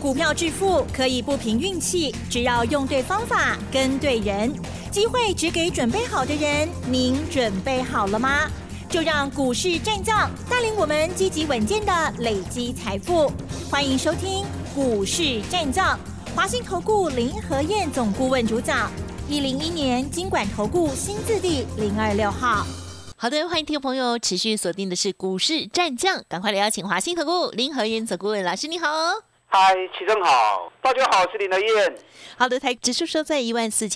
股票致富可以不凭运气，只要用对方法、跟对人，机会只给准备好的人。您准备好了吗？就让股市战将带领我们积极稳健的累积财富。欢迎收听股市战将，华信投顾林和彥总顾问主讲，101年金管投顾新字第026号。 好的，欢迎听众朋友持续锁定的是股市战将，赶快来邀请华信投顾林和彥总顾问老师，你好。 嗨，齐正好，大家好，我是林和彥。 好的，台指数收在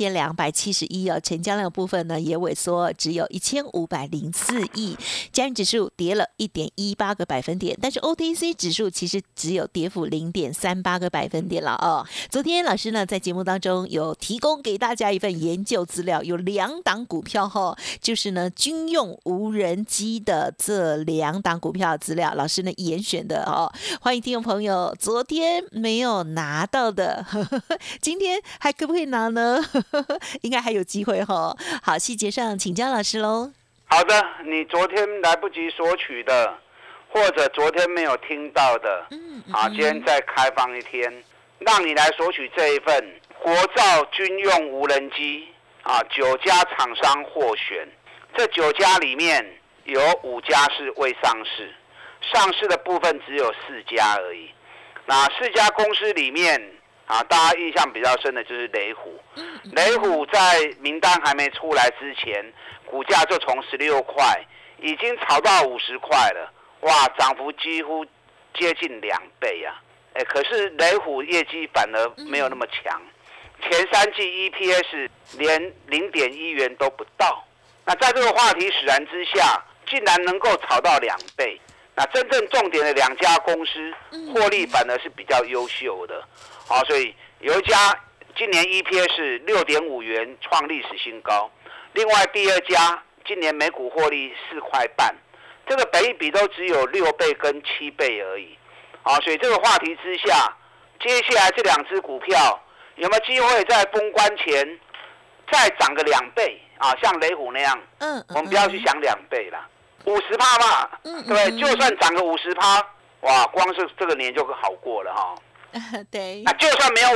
14271哦，成交量的部分呢也萎缩，只有1504亿，加权指数跌了1.18个百分点，但是 OTC 指数其实只有跌幅0.38个百分点了哦。昨天老师呢在节目当中有提供给大家一份研究资料，有2档股票哈，就是呢军用无人机的这2档股票资料，老师呢严选的哦，欢迎听众朋友昨天没有拿到的，今天还可不可以拿呢？应该还有机会哈。好，细节上请教老师喽。 好的，你昨天来不及索取的，或者昨天没有听到的，今天再开放一天，让你来索取这一份国造军用无人机9家厂商获选，这9家里面有5家是未上市，上市的部分只有4家而已。那4家公司里面大家印象比较深的就是雷虎。雷虎在名单还没出来之前，股价就从16块已经炒到50块了，哇，涨幅几乎接近2倍啊！可是雷虎业绩反而没有那么强，前3季 EPS 连0.1元都不到。那在这个话题使然之下，竟然能够炒到2倍。那真正重点的2家公司获利反而是比较优秀的，所以有一家今年 EPS 6.5元创历史新高，另外第2家今年每股获利4块半，这个本益比都只有6倍跟7倍而已，所以这个话题之下，接下来这2只股票有没有机会在封关前再涨个2倍像雷虎那样？我们不要去想2倍啦。50%嘛，对不对？就算涨个50%，哇，光是这个年就好过了哈。 对。 那就算没有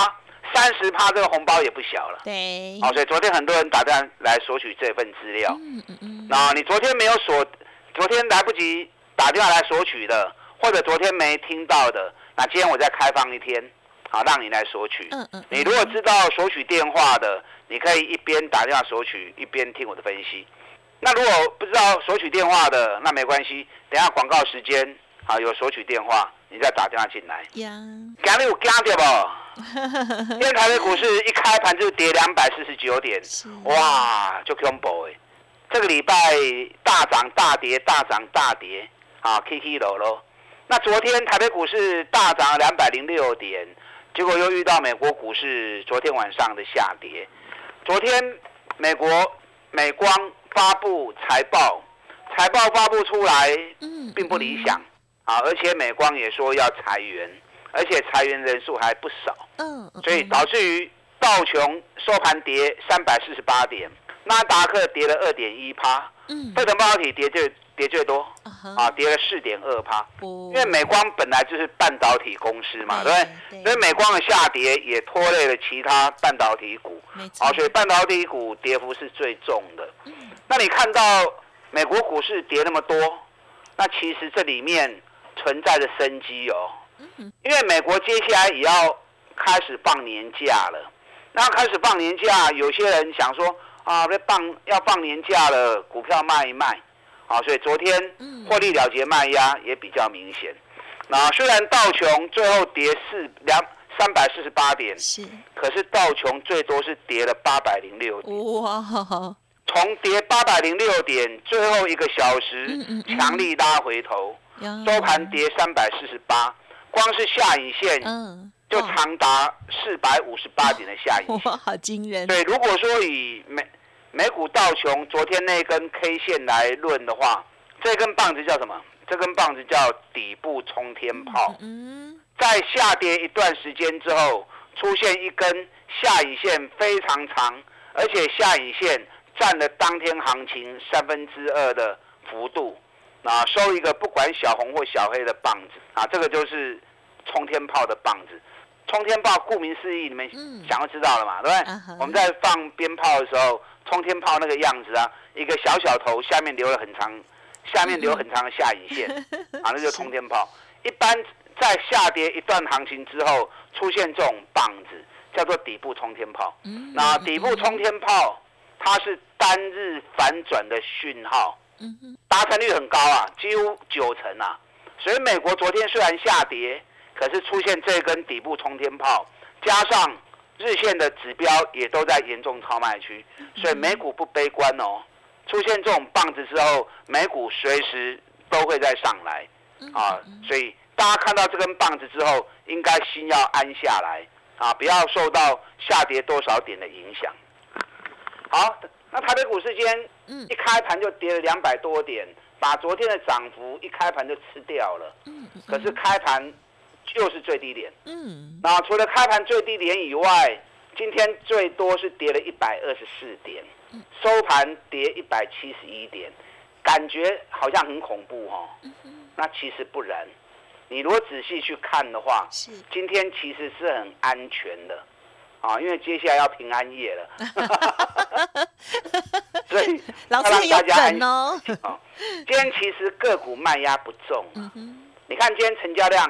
50%，30%这个红包也不小了。 对。 所以昨天很多人打电话来索取这份资料。那你昨天没有昨天来不及打电话来索取的，或者昨天没听到的，那今天我再开放一天，让你来索取。你如果知道索取电话的，你可以一边打电话索取，一边听我的分析。那如果不知道索取电话的，那没关系，等一下广告时间有索取电话，你再打电话进来。今天有惊到不？因为台北股市一开盘就跌249点，哇，就恐怖哎！这个礼拜大涨大跌，大涨大跌起起落落。那昨天台北股市大涨206点，结果又遇到美国股市昨天晚上的下跌。昨天美光发布财报发布出来，并不理想而且美光也说要裁员，而且裁员人数还不少，所以导致于道琼收盘跌348点，纳达克跌了2.1%，费城半导体跌最多跌了4.2%，因为美光本来就是半导体公司嘛，对不对？所以美光的下跌也拖累了其他半导体股，所以半导体股跌幅是最重的。那你看到美国股市跌那么多，那其实这里面存在着生机哦，因为美国接下来也要开始放年假了。那开始放年假，有些人想说要放年假了，股票卖一卖，所以昨天获利了结卖压也比较明显。那虽然道琼最后跌348点，可是道琼最多是跌了806点。哇！从跌806点，最后1个小时强力拉回头，收盘跌348，光是下影线就长达458点的下影线， 哇，好惊人！ 对，如果说以美股道琼昨天那根 K 线来论的话，这根棒子叫什么？这根棒子叫底部冲天炮。在下跌一段时间之后，出现一根下影线非常长，而且下影线占了当天行情2/3的幅度，收一个不管小红或小黑的棒子这个就是冲冲天炮的棒子。冲天炮顾名思义，你们想要知道了嘛，对不对？我们在放鞭炮的时候，冲天炮那个样子啊，一个小小头，下面留很长的下影线，啊，那就是冲天炮。一般在下跌一段行情之后，出现这种棒子，叫做底部冲天炮。那底部冲天炮，它是单日反转的讯号，达成率很高啊，几乎90%啊。所以美国昨天虽然下跌，可是出现这根底部冲天炮，加上日线的指标也都在严重超卖区，所以美股不悲观哦。出现这种棒子之后，美股随时都会再上来啊，所以大家看到这根棒子之后，应该心要安下来啊，不要受到下跌多少点的影响。好，那台北股市今天一开盘就跌了200多点，把昨天的涨幅一开盘就吃掉了。可是开盘就是最低点。那除了开盘最低点以外，今天最多是跌了124点，收盘跌171点，感觉好像很恐怖哦。那其实不然，你如果仔细去看的话，今天其实是很安全的啊，因为接下来要平安夜了。所以老师很有梗哦。 今天其实个股卖压不重啊。你看今天成交量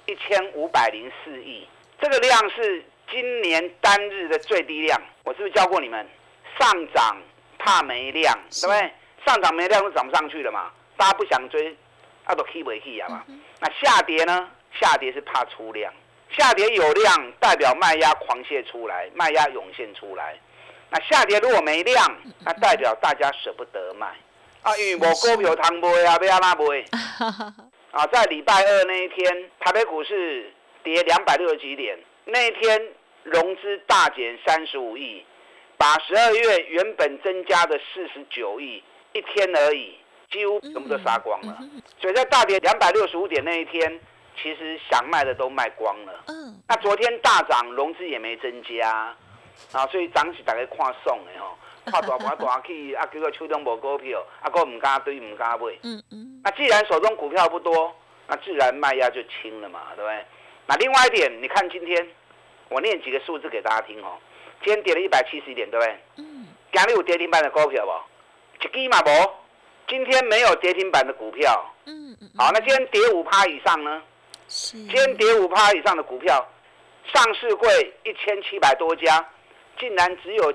1504亿，这个量是今年单日的最低量。我是不是教过你们，上涨怕没量，对不对？上涨没量就涨不上去了嘛，大家不想追，都起不起嘛。那下跌呢？下跌是怕出量，下跌有量代表卖压狂泻出来，卖压涌现出来。那下跌如果没量，那代表大家舍不得卖啊，因为没股票通卖啊，要怎么卖？啊，在礼拜二那一天，台北股市跌260几点，那一天融资大减35亿，把12月原本增加的49亿，一天而已，几乎全部都杀光了。所以在大跌265点那一天，其实想卖的都卖光了。那昨天大涨，融资也没增加，啊，所以涨是大家看爽的吼。看大盘大起，啊，结果手中无股票，啊，佫唔敢追，唔敢买。那既然手中股票不多，那自然卖压就轻了嘛，对不对？那另外一点，你看今天我念几个数字给大家听哦。今天跌了171点，对不对？今日有跌停板的股票无？一支嘛无。今天没有跌停板的股票。好，那今天跌5%以上呢？今天跌5%以上的股票，上市柜1700多家，竟然只有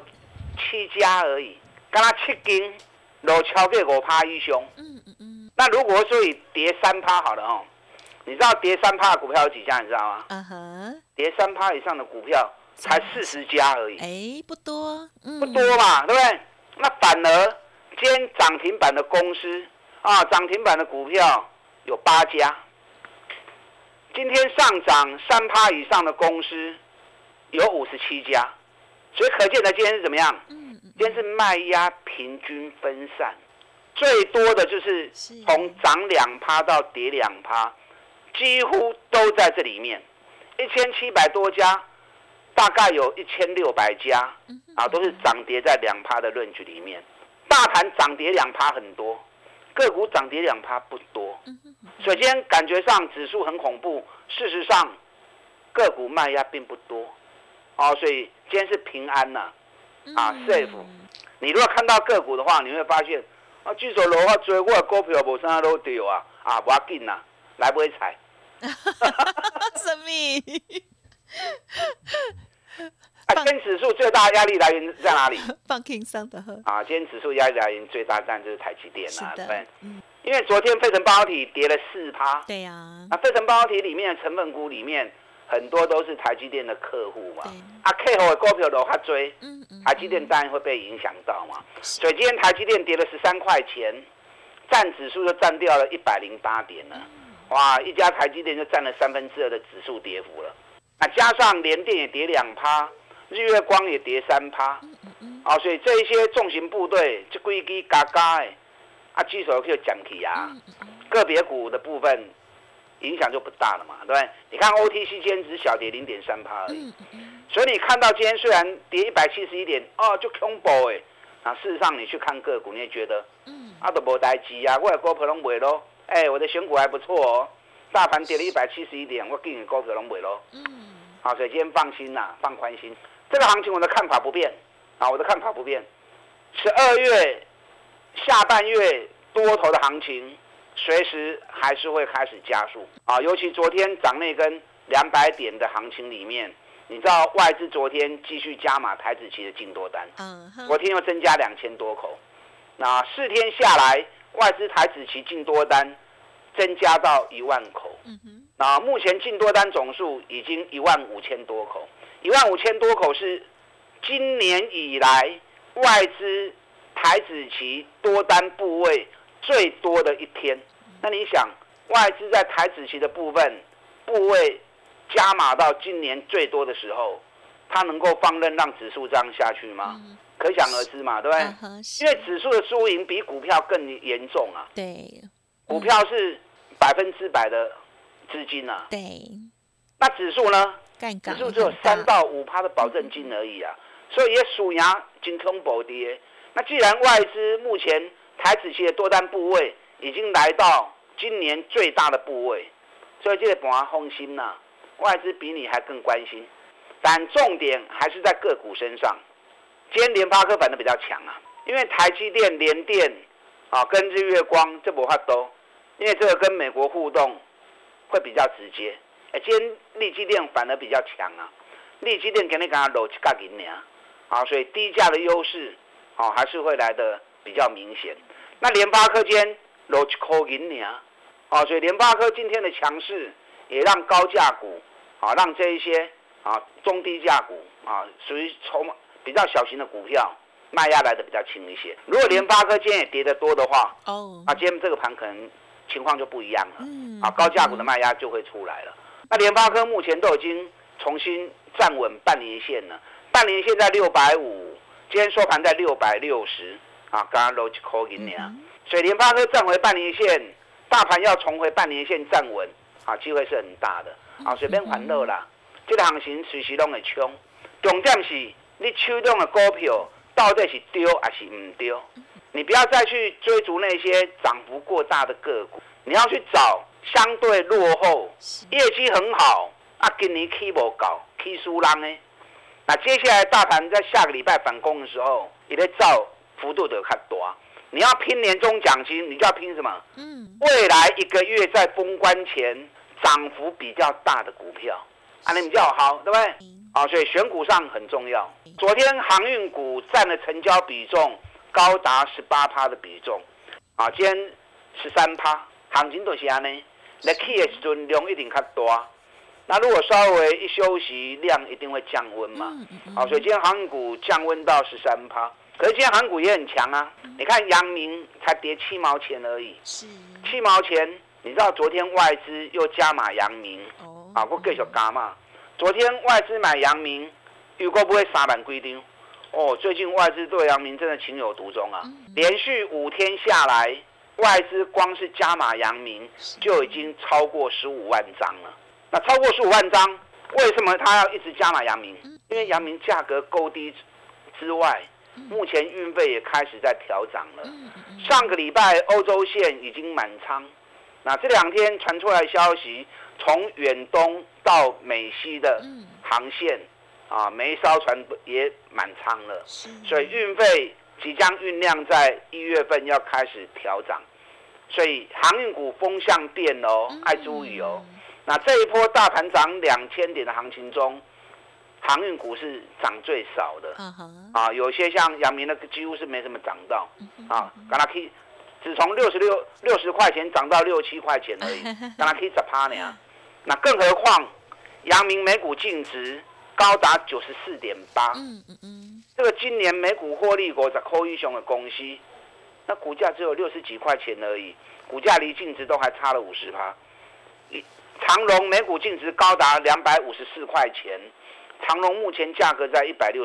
7家而已，刚刚7间都超过5%以上。那如果说以跌3%好了哦，你知道跌3%的股票有几家？你知道吗？跌3%以上的股票才40家而已。 不多， 不多嘛，对不对？那反而今天涨停板的公司啊，涨停板的股票有8家。今天上涨3%以上的公司有57家。所以可见的今天是怎么样？今天是卖压平均分散，最多的就是从涨2%到跌2%，几乎都在这里面。1700多家，大概有1600家啊，都是涨跌在2%的range里面。大盘涨跌2%很多，个股涨跌2%不多。所以今天感觉上指数很恐怖，事实上个股卖压并不多。所以今天是平安呐，safe。你如果看到个股的话，你会发现，据说我追我的股票无啥都对啊，不要紧啦，来买菜。 什么？ 今天指数最大压力来源在哪里？ 放轻松的喝。 今天指数压力来源最大当然就是台积电啦，对。因为昨天费城半导体跌了4%。 对呀。 那费城半导体里面的成分股里面，很多都是台积电的客户嘛，客户的股票都较追，台积电当然会被影响到嘛。所以今天台积电跌了13块钱，占指数就占掉了108点了。哇，一家台积电就占了2/3的指数跌幅了。那加上联电也跌2%，日月光也跌3%。所以这一些重型部队这几支嘎嘎的，指数就降起啊。个别股的部分影响就不大了嘛，对不对？你看 OTC 今天只小跌0.3%而已，所以你看到今天虽然跌171点，就恐怖哎，事实上你去看个股，你也觉得，都没代志啊，我的股票都卖咯，我的选股还不错哦， 大盘跌了171点，我给你股票拢卖咯。好，所以今天放心啦，放宽心。这个行情我的看法不变啊，我的看法不变。12月下半月多头的行情，随时还是会开始加速啊。尤其昨天涨那根200点的行情里面，你知道外资昨天继续加码台指期的净多单，昨天又增加2000多口。那4天下来，外资台指期净多单增加到1万口。那目前净多单总数已经15000多口，15000多口是今年以来外资台指期多单部位最多的一天。那你想，外资在台指期的部位加码到今年最多的时候，它能够放任让指数这样下去吗？可想而知嘛，对不对？因为指数的输赢比股票更严重啊。 对， 股票是100%的资金啊。 对， 那指数呢？指数只有3到5%的保证金而已啊，所以也属牙金空保跌。那既然外资目前台指期的多单部位已经来到今年最大的部位，所以这个盘放心呐，外资比你还更关心。但重点还是在个股身上。今天联发科反而比较强啊，因为台积电、联电啊跟日月光这没法度，因为这个跟美国互动会比较直接。今天力积电反而比较强啊，力积电给你刚刚落一角银呢，啊，所以低价的优势啊还是会来的比较明显。那联发科今天落一块银呢，啊，所以联发科今天的强势也让高价股啊，让这一些啊中低价股啊属于筹码比较小型的股票卖压来的比较轻一些。如果联发科今天也跌得多的话，那今天这个盘可能情况就不一样了，啊，高价股的卖压就会出来了。那联发科目前都已经重新站稳半年线了，半年线在650，今天收盘在660，啊，刚刚落一块银呢，所以联发科站回半年线，大盘要重回半年线站稳，啊，机会是很大的，啊，随便欢乐啦，这个行情随时都会冲，重点是你手中的股票到底是对还是唔对？你不要再去追逐那些涨幅过大的个股，你要去找相对落后、业绩很好啊，今年起不高、起输人呢。那接下来大盘在下个礼拜反攻的时候，也得照幅度的看多。你要拼年终奖金，你就要拼什么？未来1个月在封关前涨幅比较大的股票，啊，你比较好，对不对？啊，所以选股上很重要。昨天航运股占的成交比重高达18%的比重，啊，今天13%，行情就是这样呢。来起的时候量一定较大，那如果稍微一休息，量一定会降温嘛。好，所以今天航运股降温到13%，可是今天航运股也很强啊。你看阳明才跌7毛钱而已，7毛钱，你知道昨天外资又加码阳明，啊，我继续加码。昨天外资买阳明，预估不会3万几张。哦，最近外资对阳明真的情有独钟啊，连续5天下来。外资光是加码阳明就已经超过15万张了。那超过15万张，为什么他要一直加码阳明？因为阳明价格够低之外，目前运费也开始在调涨了。上个礼拜欧洲线已经满仓，那这2天传出来的消息，从远东到美西的航线啊，每一艘船也满仓了，所以运费即将酝酿在1月份要开始调涨，所以航运股风向变哦，爱注意哦。那这一波大盘涨2000点的行情中，航运股是涨最少的，啊，有些像阳明的几乎是没什么涨到，啊，刚才可以只从60块钱涨到6、7块钱而已，刚才可以10%呢。那更何况阳明每股净值高达94.8，这个今年每股获利50块以上的公司，那股价只有60几块钱而已，股价离净值都还差了50%。长荣每股净值高达254块钱，长荣目前价格在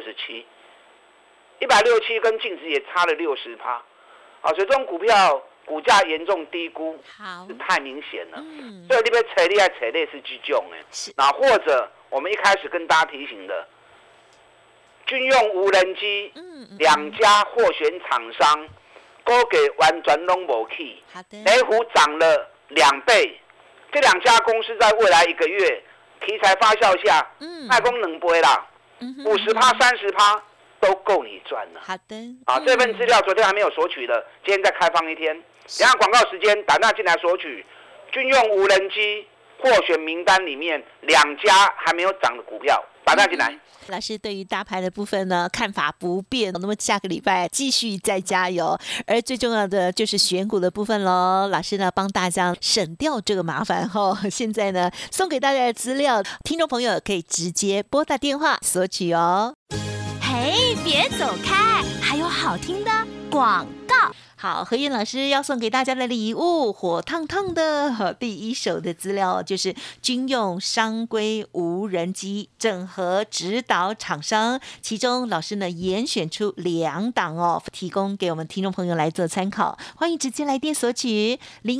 167跟净值也差了60%，啊，所以这种股票股价严重低估，是太明显了。所以你要找你要找类似这种的，那或者我们一开始跟大家提醒的，军用无人机，2家获选厂商，股价完全拢无起，雷虎涨了2倍。 这两家公司在未来1个月题材发酵下，卖光2倍啦，50%、30%都够你赚了。 好的， 这份资料昨天还没有索取的，今天再开放1天。等下广告时间打电话进来索取。军用无人机获选名单里面2家还没有涨的股票，打电话进来。 老师对于大盘的部分呢，看法不变，那么下个礼拜继续再加油。而最重要的就是选股的部分咯，老师呢帮大家省掉这个麻烦后，现在呢送给大家的资料，听众朋友可以直接拨打电话索取哦。 嘿，别走开，还有好听的广告。 好，何燕老师要送给大家的礼物，火烫烫的第一手的资料，就是军用商规无人机整合指导厂商，其中老师呢严选出2档哦，提供给我们听众朋友来做参考，欢迎直接来电索取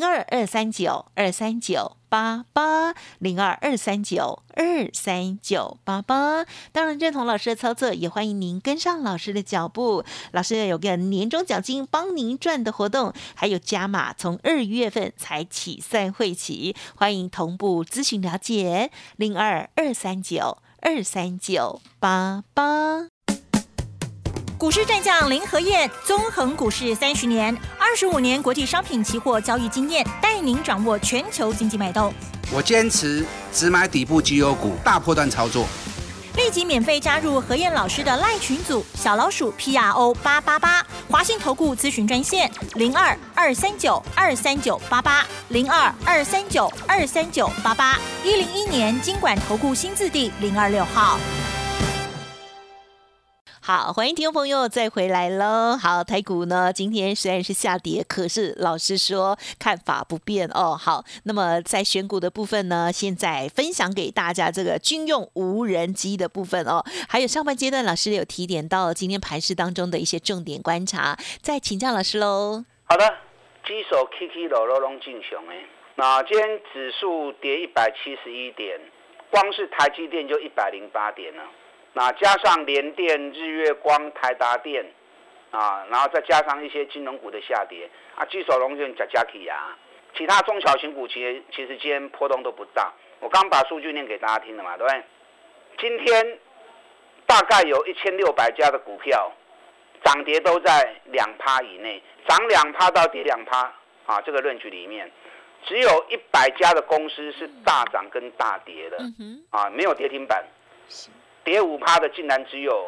02-239-23988，02-239-23988。当然认同老师的操作，也欢迎您跟上老师的脚步。老师有个年终奖金帮您赚的活动，还有加码，从2月份才起算会期，欢迎同步咨询了解02-239-23988。 股市战将林和彥，纵横股市30年，25年国际商品期货交易经验，带您掌握全球经济脉动。 我坚持只买底部绩优股，大波段操作。 立即免费加入何燕老师的LINE群组，小老鼠 PRO888，华信投顾咨询专线02-239-23988，02-239-23988，101年金管投顾新字第026号。 好，欢迎听众朋友再回来喽。好，台股呢今天虽然是下跌，可是老师说看法不变哦。好，那么在选股的部分呢，现在分享给大家这个军用无人机的部分哦，还有上半阶段老师有提点到今天盘势当中的一些重点观察，再请教老师喽。 好的，指数起起落落拢正常的。那今天指数跌171点，光是台积电就108点了。那加上联电、日月光、台达电，然后再加上一些金融股的下跌，指数拢就加起啊。其他中小型股其实今天波动都不大。我刚把数据念给大家听了嘛，对不对？今天大概有1600家的股票，涨跌都在2%以内，涨2%到跌2%这个range里面，只有100家的公司是大涨跟大跌的，没有跌停板。跌5%的竟然只有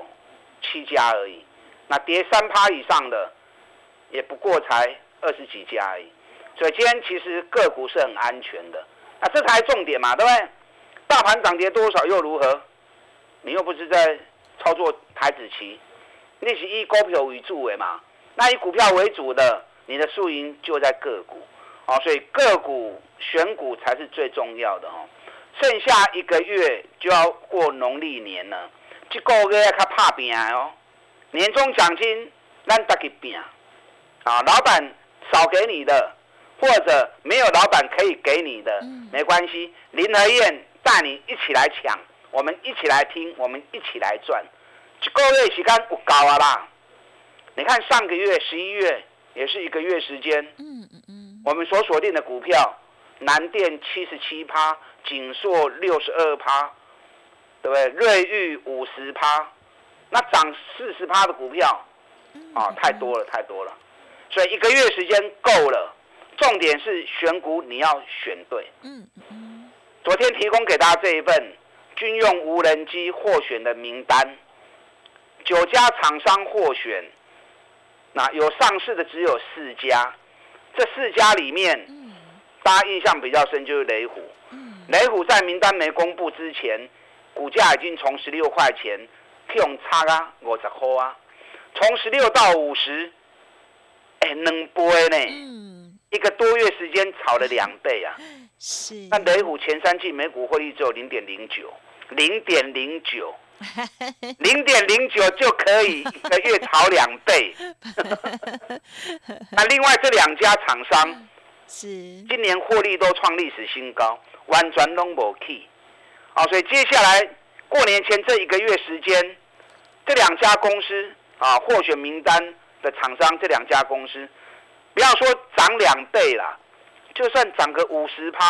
7家而已，那跌3%以上的也不过才20几家而已。所以今天其实个股是很安全的，那这才重点嘛，对不对？大盘涨跌多少又如何？你又不是在操作台指期，你是以股票为主的嘛，那以股票为主的，你的输赢就在个股，所以个股选股才是最重要的哦。剩下1个月就要过农历年了，这个月较打拼哦。年终奖金咱大家拼老板少给你的，或者没有老板可以给你的，没关系。林和彥带你一起来抢，我们一起来拼，我们一起来赚。这个月时间有够啊啦！你看上个月11月也是1个月时间，我们所锁定的股票，南电77%。景硕62%，对不对？瑞昱50%，那涨40%的股票，太多了，太多了。所以1个月时间够了，重点是选股你要选对。昨天提供给大家这一份军用无人机获选的名单，9家厂商获选，那有上市的只有4家，这4家里面，大家印象比较深就是雷虎。雷虎在名单没公布之前，股价已经从16块钱用差50块啊，从16到50，2倍呢，1个多月时间炒了2倍啊。是。那雷虎前3季每股获利只有0.09，0.09就可以1个月炒2倍。那另外这2家厂商，是今年获利都创历史新高。完全都没去，所以接下来过年前这1个月时间，这2家公司获选名单的厂商，这2家公司，不要说涨2倍啦，就算涨个50%、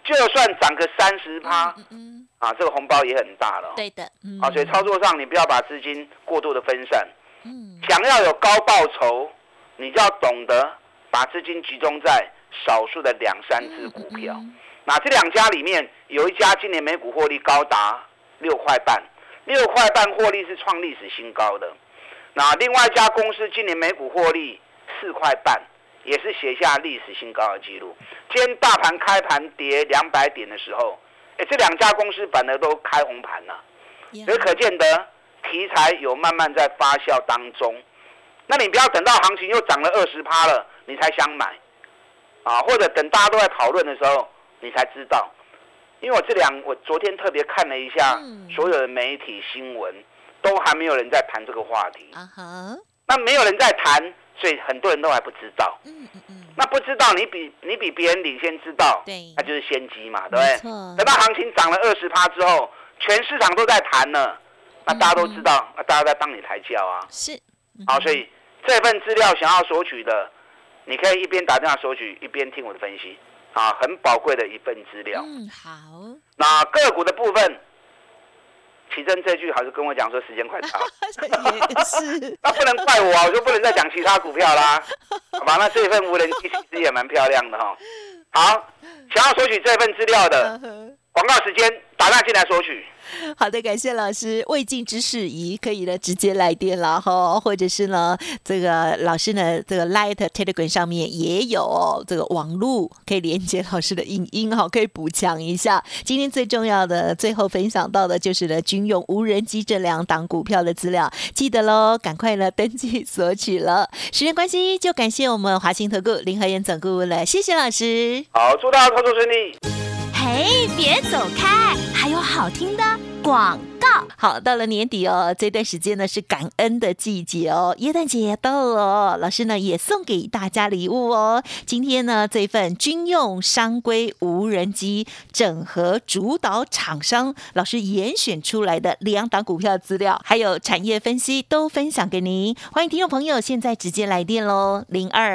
就算涨个30%，这个红包也很大了。 对的， 所以操作上你不要把资金过度的分散。想要有高报酬，你就要懂得把资金集中在少数的2-3只股票。那这2家里面有一家今年每股获利高达6块半，6块半获利是创历史新高的。那另外一家公司今年每股获利4块半，也是写下历史新高的记录。今天大盘开盘跌200点的时候，这2家公司反而都开红盘了，所以可见得题材有慢慢在发酵当中。那你不要等到行情又涨了20%了，你才想买，或者等大家都在讨论的时候，你才知道。因为我昨天特别看了一下所有的媒体新闻，都还没有人在谈这个话题。那没有人在谈，所以很多人都还不知道。那不知道你比别人领先知道，那就是先机嘛，对不对？等到行情涨了20%之后，全市场都在谈了，那大家都知道，那大家在帮你抬轿啊。 是。 所以这份资料想要索取的，你可以一边打电话索取，一边听我的分析。很宝贵的一份资料。 好。 那个股的部分，奇珍这句还是跟我讲说时间快到， 也是。 那不能怪我我就不能再讲其他股票啦。好吧，那这份无人机其实也蛮漂亮的哈。好，想要索取这份资料的，广告时间打电话进来索取。 好的，感谢老师。未尽之事宜，可以呢直接来电了哈，或者是呢这个老师呢这个 Light Telegram 上面也有这个网路可以连接老师的影音哈，可以补强一下。今天最重要的最后分享到的就是呢军用无人机这2档股票的资料，记得咯，赶快呢登记索取了。时间关系，就感谢我们华信投顾林和彥总顾问了，谢谢老师。 好，祝大家操作顺利。 嘿，别走开，还有好听的广告。 好，到了年底哦，这段时间呢是感恩的季节哦，耶诞节也到了哦，老师呢也送给大家礼物哦。今天呢这份军用商规无人机整合主导厂商，老师严选出来的2档股票资料，还有产业分析都分享给您。欢迎听众朋友现在直接来电咯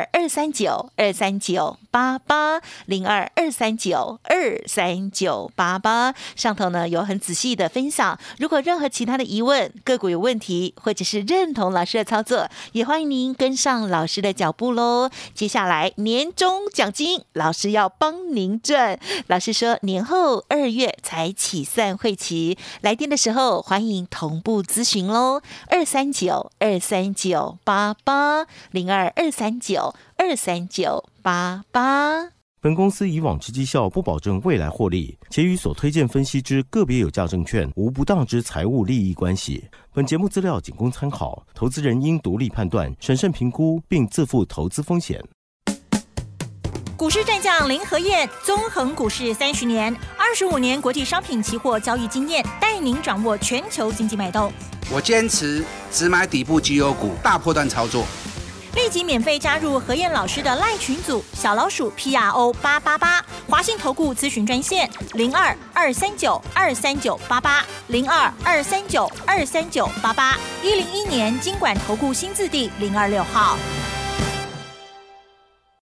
，02-239-23988 02-239-23988，上头呢有很仔细的分享。如果任何其他的疑问，个股有问题，或者是认同老师的操作，也欢迎您跟上老师的脚步咯。接下来年终奖金，老师要帮您赚。老师说年后2月才起算会期，来电的时候欢迎同步咨询咯，239-23988 02-239-23988。 本公司以往之绩效不保证未来获利，且与所推荐分析之个别有价证券无不当之财务利益关系。本节目资料仅供参考，投资人应独立判断、审慎评估，并自负投资风险。 股市战将林和彥，纵横股市30年，25年国际商品期货交易经验，带您掌握全球经济脉动。 我坚持只买底部绩优股，大波段操作。 立即免费加入和彥老师的赖群组，小老鼠 PRO888，华信投顾咨询专线02-239-23988 02-239-23988，101年金管投顾新字第026号。